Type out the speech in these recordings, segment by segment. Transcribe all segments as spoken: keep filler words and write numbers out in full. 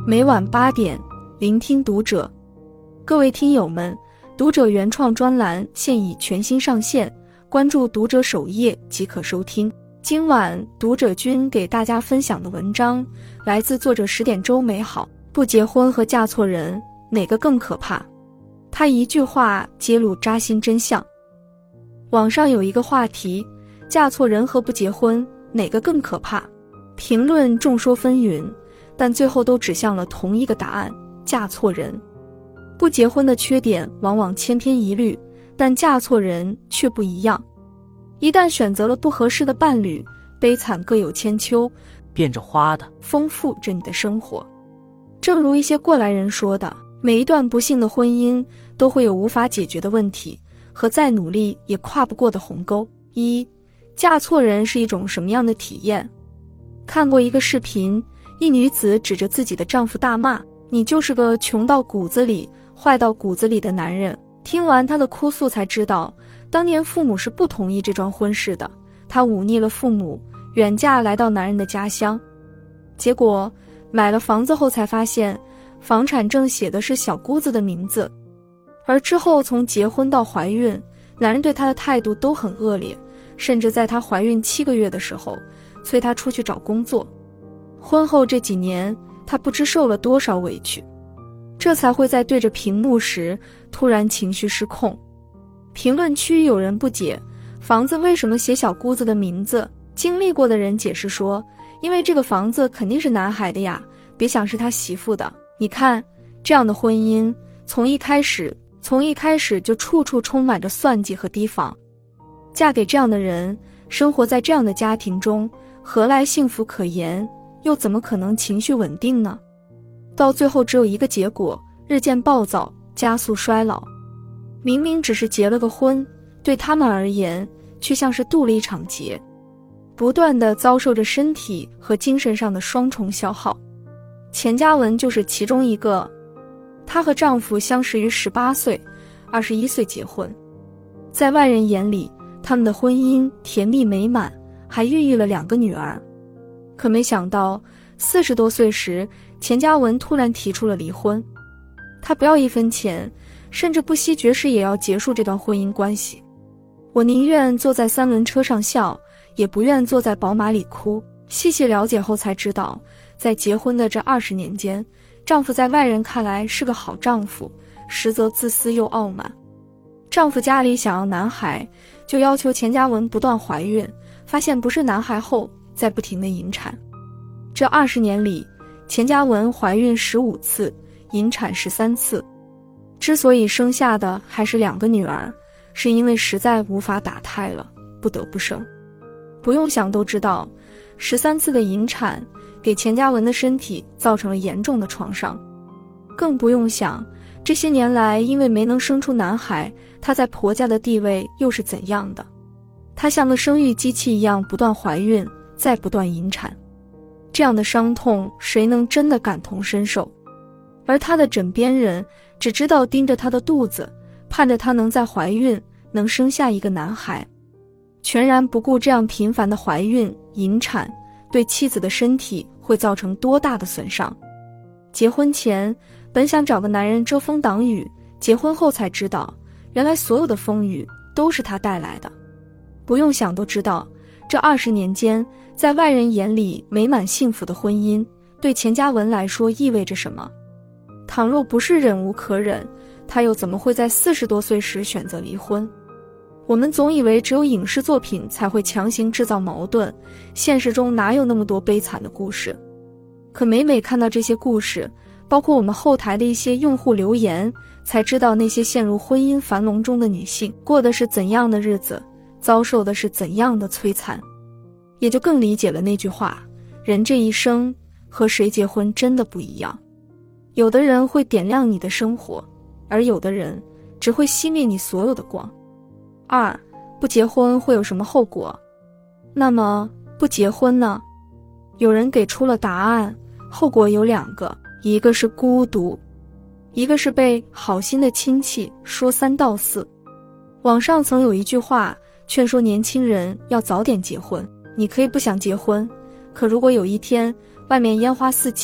每晚八点，聆听读者。各位听友们，读者原创专栏现已全新上线，关注读者首页即可收听。今晚读者君给大家分享的文章来自作者十点周美好。不结婚和嫁错人，哪个更可怕？他一句话揭露扎心真相。网上有一个话题，嫁错人和不结婚，哪个更可怕？评论众说纷纭，但最后都指向了同一个答案：嫁错人。不结婚的缺点往往千篇一律，但嫁错人却不一样。一旦选择了不合适的伴侣，悲惨各有千秋， 变着花的丰富着你的生活。正如一些过来人说的，每一段不幸的婚姻都会有无法解决的问题和再努力也跨不过的鸿沟。一，嫁错人是一种什么样的体验？看过一个视频，一女子指着自己的丈夫大骂：“你就是个穷到骨子里、坏到骨子里的男人。”听完她的哭诉才知道，当年父母是不同意这桩婚事的，她忤逆了父母，远嫁来到男人的家乡。结果买了房子后才发现，房产证写的是小姑子的名字。而之后从结婚到怀孕，男人对她的态度都很恶劣，甚至在她怀孕七个月的时候催她出去找工作。婚后这几年，她不知受了多少委屈，这才会在对着屏幕时突然情绪失控。评论区有人不解，房子为什么写小姑子的名字？经历过的人解释说，因为这个房子肯定是男孩的呀，别想是他媳妇的。你看，这样的婚姻从一开始从一开始就处处充满着算计和提防。嫁给这样的人，生活在这样的家庭中，何来幸福可言？又怎么可能情绪稳定呢？到最后只有一个结果，日渐暴躁，加速衰老。明明只是结了个婚，对他们而言却像是度了一场劫，不断地遭受着身体和精神上的双重消耗。钱嘉文就是其中一个。她和丈夫相识于十八岁，二十一岁结婚。在外人眼里，他们的婚姻甜蜜美满，还孕育了两个女儿。可没想到，四十多岁时，钱嘉文突然提出了离婚。她不要一分钱，甚至不惜绝食也要结束这段婚姻关系。我宁愿坐在三轮车上笑，也不愿坐在宝马里哭。细细了解后才知道，在结婚的这二十年间，丈夫在外人看来是个好丈夫，实则自私又傲慢。丈夫家里想要男孩，就要求钱嘉文不断怀孕，发现不是男孩后，再不停地引产。这二十年里，钱嘉文怀孕十五次，引产十三次。之所以生下的还是两个女儿，是因为实在无法打胎了，不得不生。不用想都知道，十三次的引产给钱嘉文的身体造成了严重的创伤。更不用想，这些年来因为没能生出男孩，她在婆家的地位又是怎样的？她像个生育机器一样不断怀孕，再不断引产。这样的伤痛，谁能真的感同身受？而她的枕边人只知道盯着她的肚子，盼着她能再怀孕，能生下一个男孩，全然不顾这样频繁的怀孕、引产对妻子的身体会造成多大的损伤。结婚前本想找个男人遮风挡雨，结婚后才知道，原来所有的风雨都是他带来的。不用想都知道，这二十年间，在外人眼里美满幸福的婚姻，对钱嘉文来说意味着什么？倘若不是忍无可忍，她又怎么会在四十多岁时选择离婚？我们总以为只有影视作品才会强行制造矛盾，现实中哪有那么多悲惨的故事？可每每看到这些故事，包括我们后台的一些用户留言，才知道那些陷入婚姻樊笼中的女性过的是怎样的日子，遭受的是怎样的摧残，也就更理解了那句话：人这一生和谁结婚真的不一样。有的人会点亮你的生活，而有的人只会熄灭你所有的光。二，不结婚会有什么后果？那么不结婚呢？有人给出了答案，后果有两个，一个是孤独，一个是被好心的亲戚说三道四。网上曾有一句话劝说年轻人要早点结婚，你可以不想结婚，可如果有一天外面烟花四起，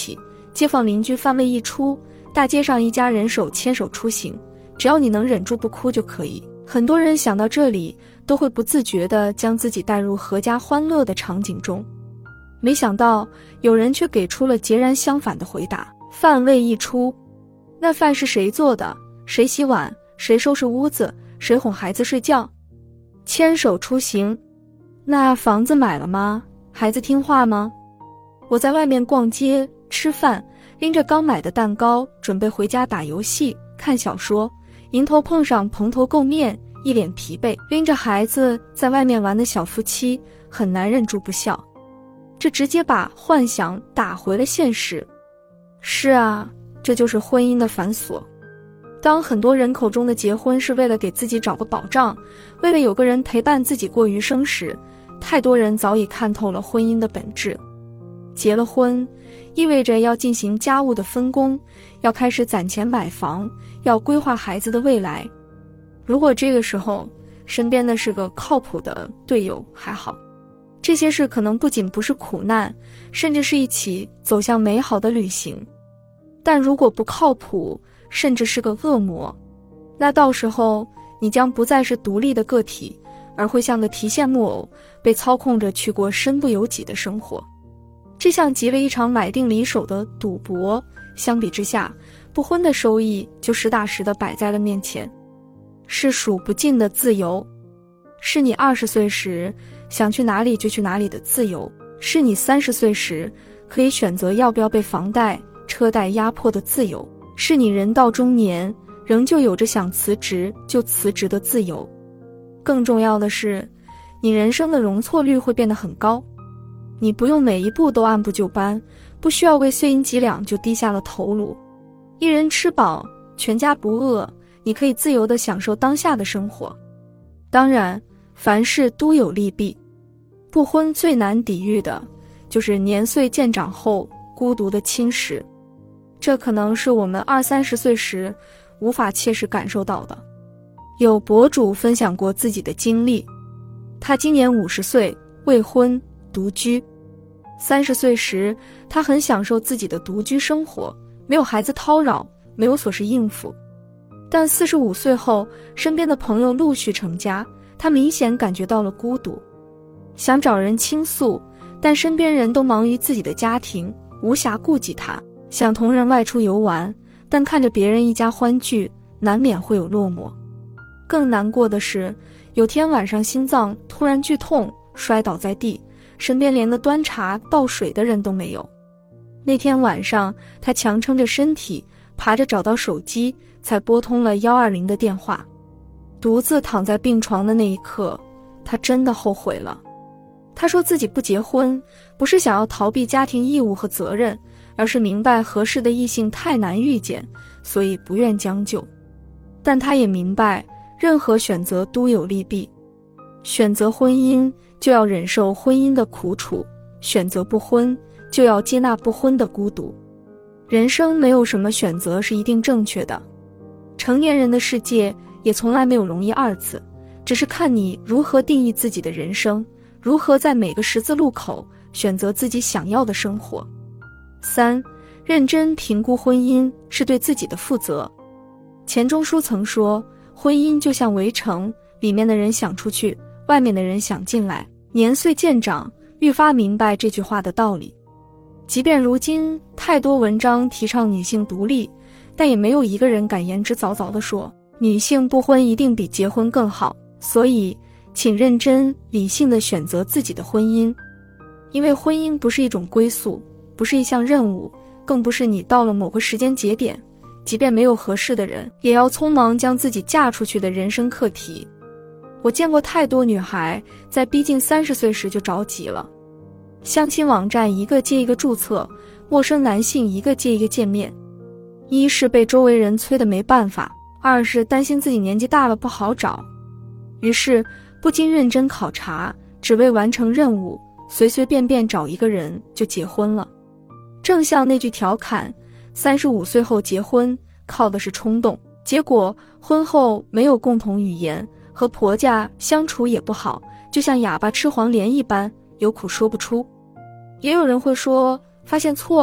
街坊邻居饭位一出，大街上一家人手牵手出行，只要你能忍住不哭就可以。很多人想到这里，都会不自觉地将自己带入阖家欢乐的场景中。没想到，有人却给出了截然相反的回答。饭位一出，那饭是谁做的？谁洗碗？谁收拾屋子？谁哄孩子睡觉？牵手出行，那房子买了吗？孩子听话吗？我在外面逛街吃饭，拎着刚买的蛋糕，准备回家打游戏看小说，迎头碰上蓬头垢面一脸疲惫拎着孩子在外面玩的小夫妻，很难忍住不笑。这直接把幻想打回了现实。是啊，这就是婚姻的繁琐。当很多人口中的结婚是为了给自己找个保障，为了有个人陪伴自己过余生时，太多人早已看透了婚姻的本质。结了婚，意味着要进行家务的分工，要开始攒钱买房，要规划孩子的未来。如果这个时候身边的是个靠谱的队友还好，这些事可能不仅不是苦难，甚至是一起走向美好的旅行。但如果不靠谱，甚至是个恶魔，那到时候你将不再是独立的个体，而会像个提线木偶，被操控着去过身不由己的生活。这像极了一场买定离手的赌博，相比之下，不婚的收益就实打实地摆在了面前，是数不尽的自由，是你二十岁时想去哪里就去哪里的自由，是你三十岁时可以选择要不要被房贷、车贷压迫的自由，是你人到中年仍旧有着想辞职就辞职的自由。更重要的是，你人生的容错率会变得很高，你不用每一步都按部就班，不需要为碎银几两就低下了头颅。一人吃饱，全家不饿，你可以自由地享受当下的生活。当然，凡事都有利弊，不婚最难抵御的就是年岁渐长后孤独的侵蚀，这可能是我们二三十岁时无法切实感受到的。有博主分享过自己的经历，他今年五十岁，未婚，独居。三十岁时，他很享受自己的独居生活，没有孩子叨扰，没有琐事应付。但四十五岁后，身边的朋友陆续成家，他明显感觉到了孤独，想找人倾诉，但身边人都忙于自己的家庭，无暇顾及他。想同人外出游玩，但看着别人一家欢聚，难免会有落寞。更难过的是，有天晚上心脏突然剧痛，摔倒在地，身边连个端茶倒水的人都没有。那天晚上，他强撑着身体，爬着找到手机，才拨通了一二零的电话。独自躺在病床的那一刻，他真的后悔了。他说自己不结婚，不是想要逃避家庭义务和责任，而是明白合适的异性太难遇见，所以不愿将就。但他也明白，任何选择都有利弊。选择婚姻，就要忍受婚姻的苦楚；选择不婚，就要接纳不婚的孤独。人生没有什么选择是一定正确的，成年人的世界也从来没有容易二字，只是看你如何定义自己的人生，如何在每个十字路口选择自己想要的生活。三，认真评估婚姻是对自己的负责。钱钟书曾说，婚姻就像围城，里面的人想出去，外面的人想进来。年岁渐长，愈发明白这句话的道理。即便如今太多文章提倡女性独立，但也没有一个人敢言之凿凿地说，女性不婚一定比结婚更好。所以，请认真理性地选择自己的婚姻，因为婚姻不是一种归宿，不是一项任务，更不是你到了某个时间节点，即便没有合适的人，也要匆忙将自己嫁出去的人生课题。我见过太多女孩在逼近三十岁时就着急了，相亲网站一个接一个注册，陌生男性一个接一个见面。一是被周围人催得没办法，二是担心自己年纪大了不好找，于是不经认真考察，只为完成任务，随随便便找一个人就结婚了。正像那句调侃，三十五岁后结婚靠的是冲动，结果婚后没有共同语言，和婆家相处也不好，就像哑巴吃黄连一般，有苦说不出。也有人会说，发现错了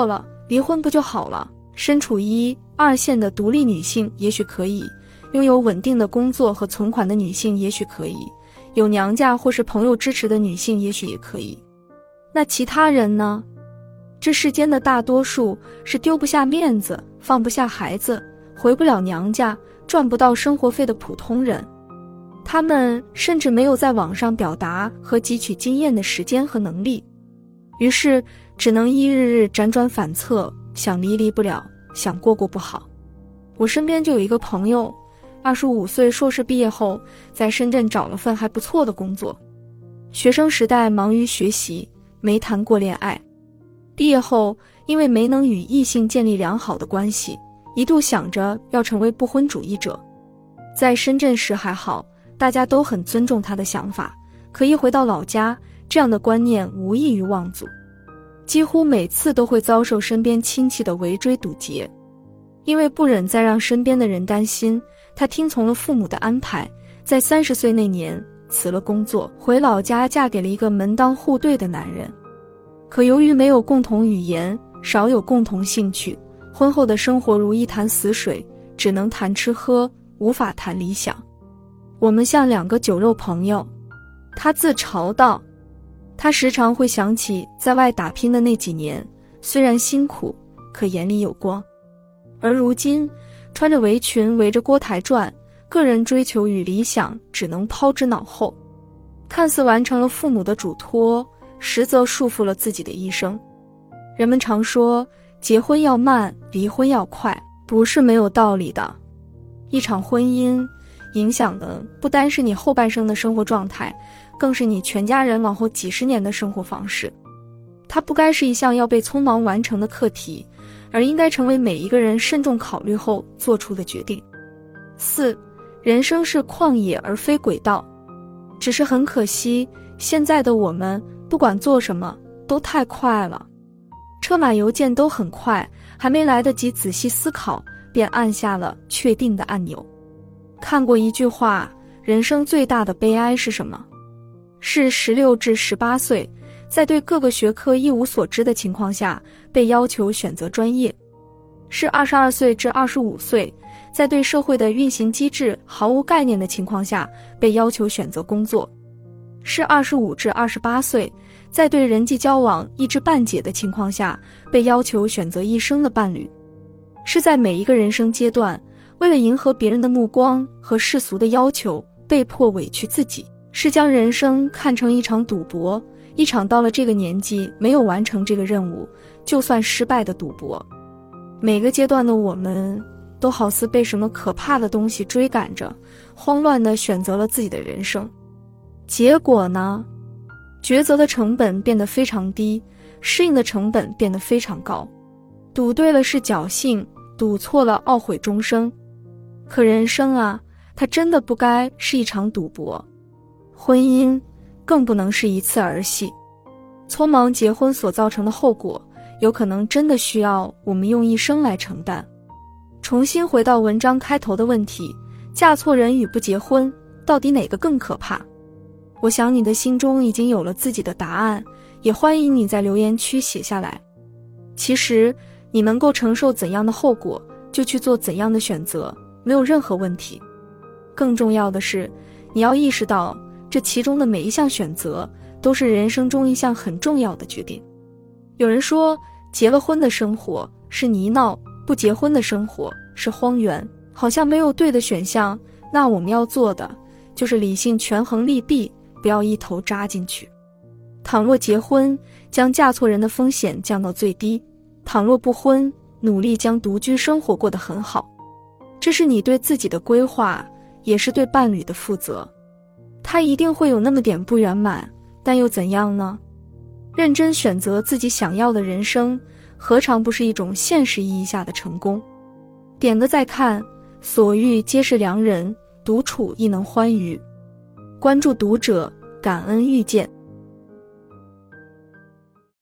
离婚不就好了？身处一、二线的独立女性也许可以，拥有稳定的工作和存款的女性也许可以，有娘家或是朋友支持的女性也许也可以。那其他人呢？这世间的大多数是丢不下面子，放不下孩子，回不了娘家，赚不到生活费的普通人。他们甚至没有在网上表达和汲取经验的时间和能力，于是只能一日日辗转反侧，想离离不了，想过过不好。我身边就有一个朋友，二十五岁硕士毕业后，在深圳找了份还不错的工作。学生时代忙于学习，没谈过恋爱。毕业后，因为没能与异性建立良好的关系，一度想着要成为不婚主义者。在深圳时还好，大家都很尊重他的想法，可一回到老家，这样的观念无异于妄祖，几乎每次都会遭受身边亲戚的围追堵截。因为不忍再让身边的人担心，他听从了父母的安排，在三十岁那年辞了工作，回老家嫁给了一个门当户对的男人。可由于没有共同语言，少有共同兴趣，婚后的生活如一潭死水，只能谈吃喝，无法谈理想。我们像两个酒肉朋友。他自嘲道，他时常会想起在外打拼的那几年，虽然辛苦，可眼里有光。而如今穿着围裙围着锅台转，个人追求与理想只能抛之脑后，看似完成了父母的嘱托，实则束缚了自己的一生。人们常说结婚要慢，离婚要快，不是没有道理的。一场婚姻影响的不单是你后半生的生活状态，更是你全家人往后几十年的生活方式。它不该是一项要被匆忙完成的课题，而应该成为每一个人慎重考虑后做出的决定。四、人生是旷野而非轨道。只是很可惜，现在的我们不管做什么都太快了，车马邮件都很快，还没来得及仔细思考，便按下了确定的按钮。看过一句话，人生最大的悲哀是什么？是十六至十八岁，在对各个学科一无所知的情况下，被要求选择专业；是二十二岁至二十五岁，在对社会的运行机制毫无概念的情况下，被要求选择工作；是二十五至二十八岁，在对人际交往一知半解的情况下，被要求选择一生的伴侣；是在每一个人生阶段，为了迎合别人的目光和世俗的要求，被迫委屈自己；是将人生看成一场赌博，一场到了这个年纪没有完成这个任务就算失败的赌博。每个阶段的我们都好似被什么可怕的东西追赶着，慌乱地选择了自己的人生。结果呢？抉择的成本变得非常低，适应的成本变得非常高。赌对了是侥幸，赌错了懊悔终生。可人生啊，它真的不该是一场赌博，婚姻更不能是一次儿戏。匆忙结婚所造成的后果，有可能真的需要我们用一生来承担。重新回到文章开头的问题，嫁错人与不结婚，到底哪个更可怕？我想你的心中已经有了自己的答案，也欢迎你在留言区写下来。其实，你能够承受怎样的后果，就去做怎样的选择，没有任何问题。更重要的是，你要意识到，这其中的每一项选择，都是人生中一项很重要的决定。有人说，结了婚的生活是泥淖，不结婚的生活是荒原，好像没有对的选项。那我们要做的，就是理性权衡利弊，不要一头扎进去。倘若结婚，将嫁错人的风险降到最低；倘若不婚，努力将独居生活过得很好。这是你对自己的规划，也是对伴侣的负责。他一定会有那么点不圆满，但又怎样呢？认真选择自己想要的人生，何尝不是一种现实意义下的成功？点个再看，所遇皆是良人，独处亦能欢愉。关注读者，感恩遇见。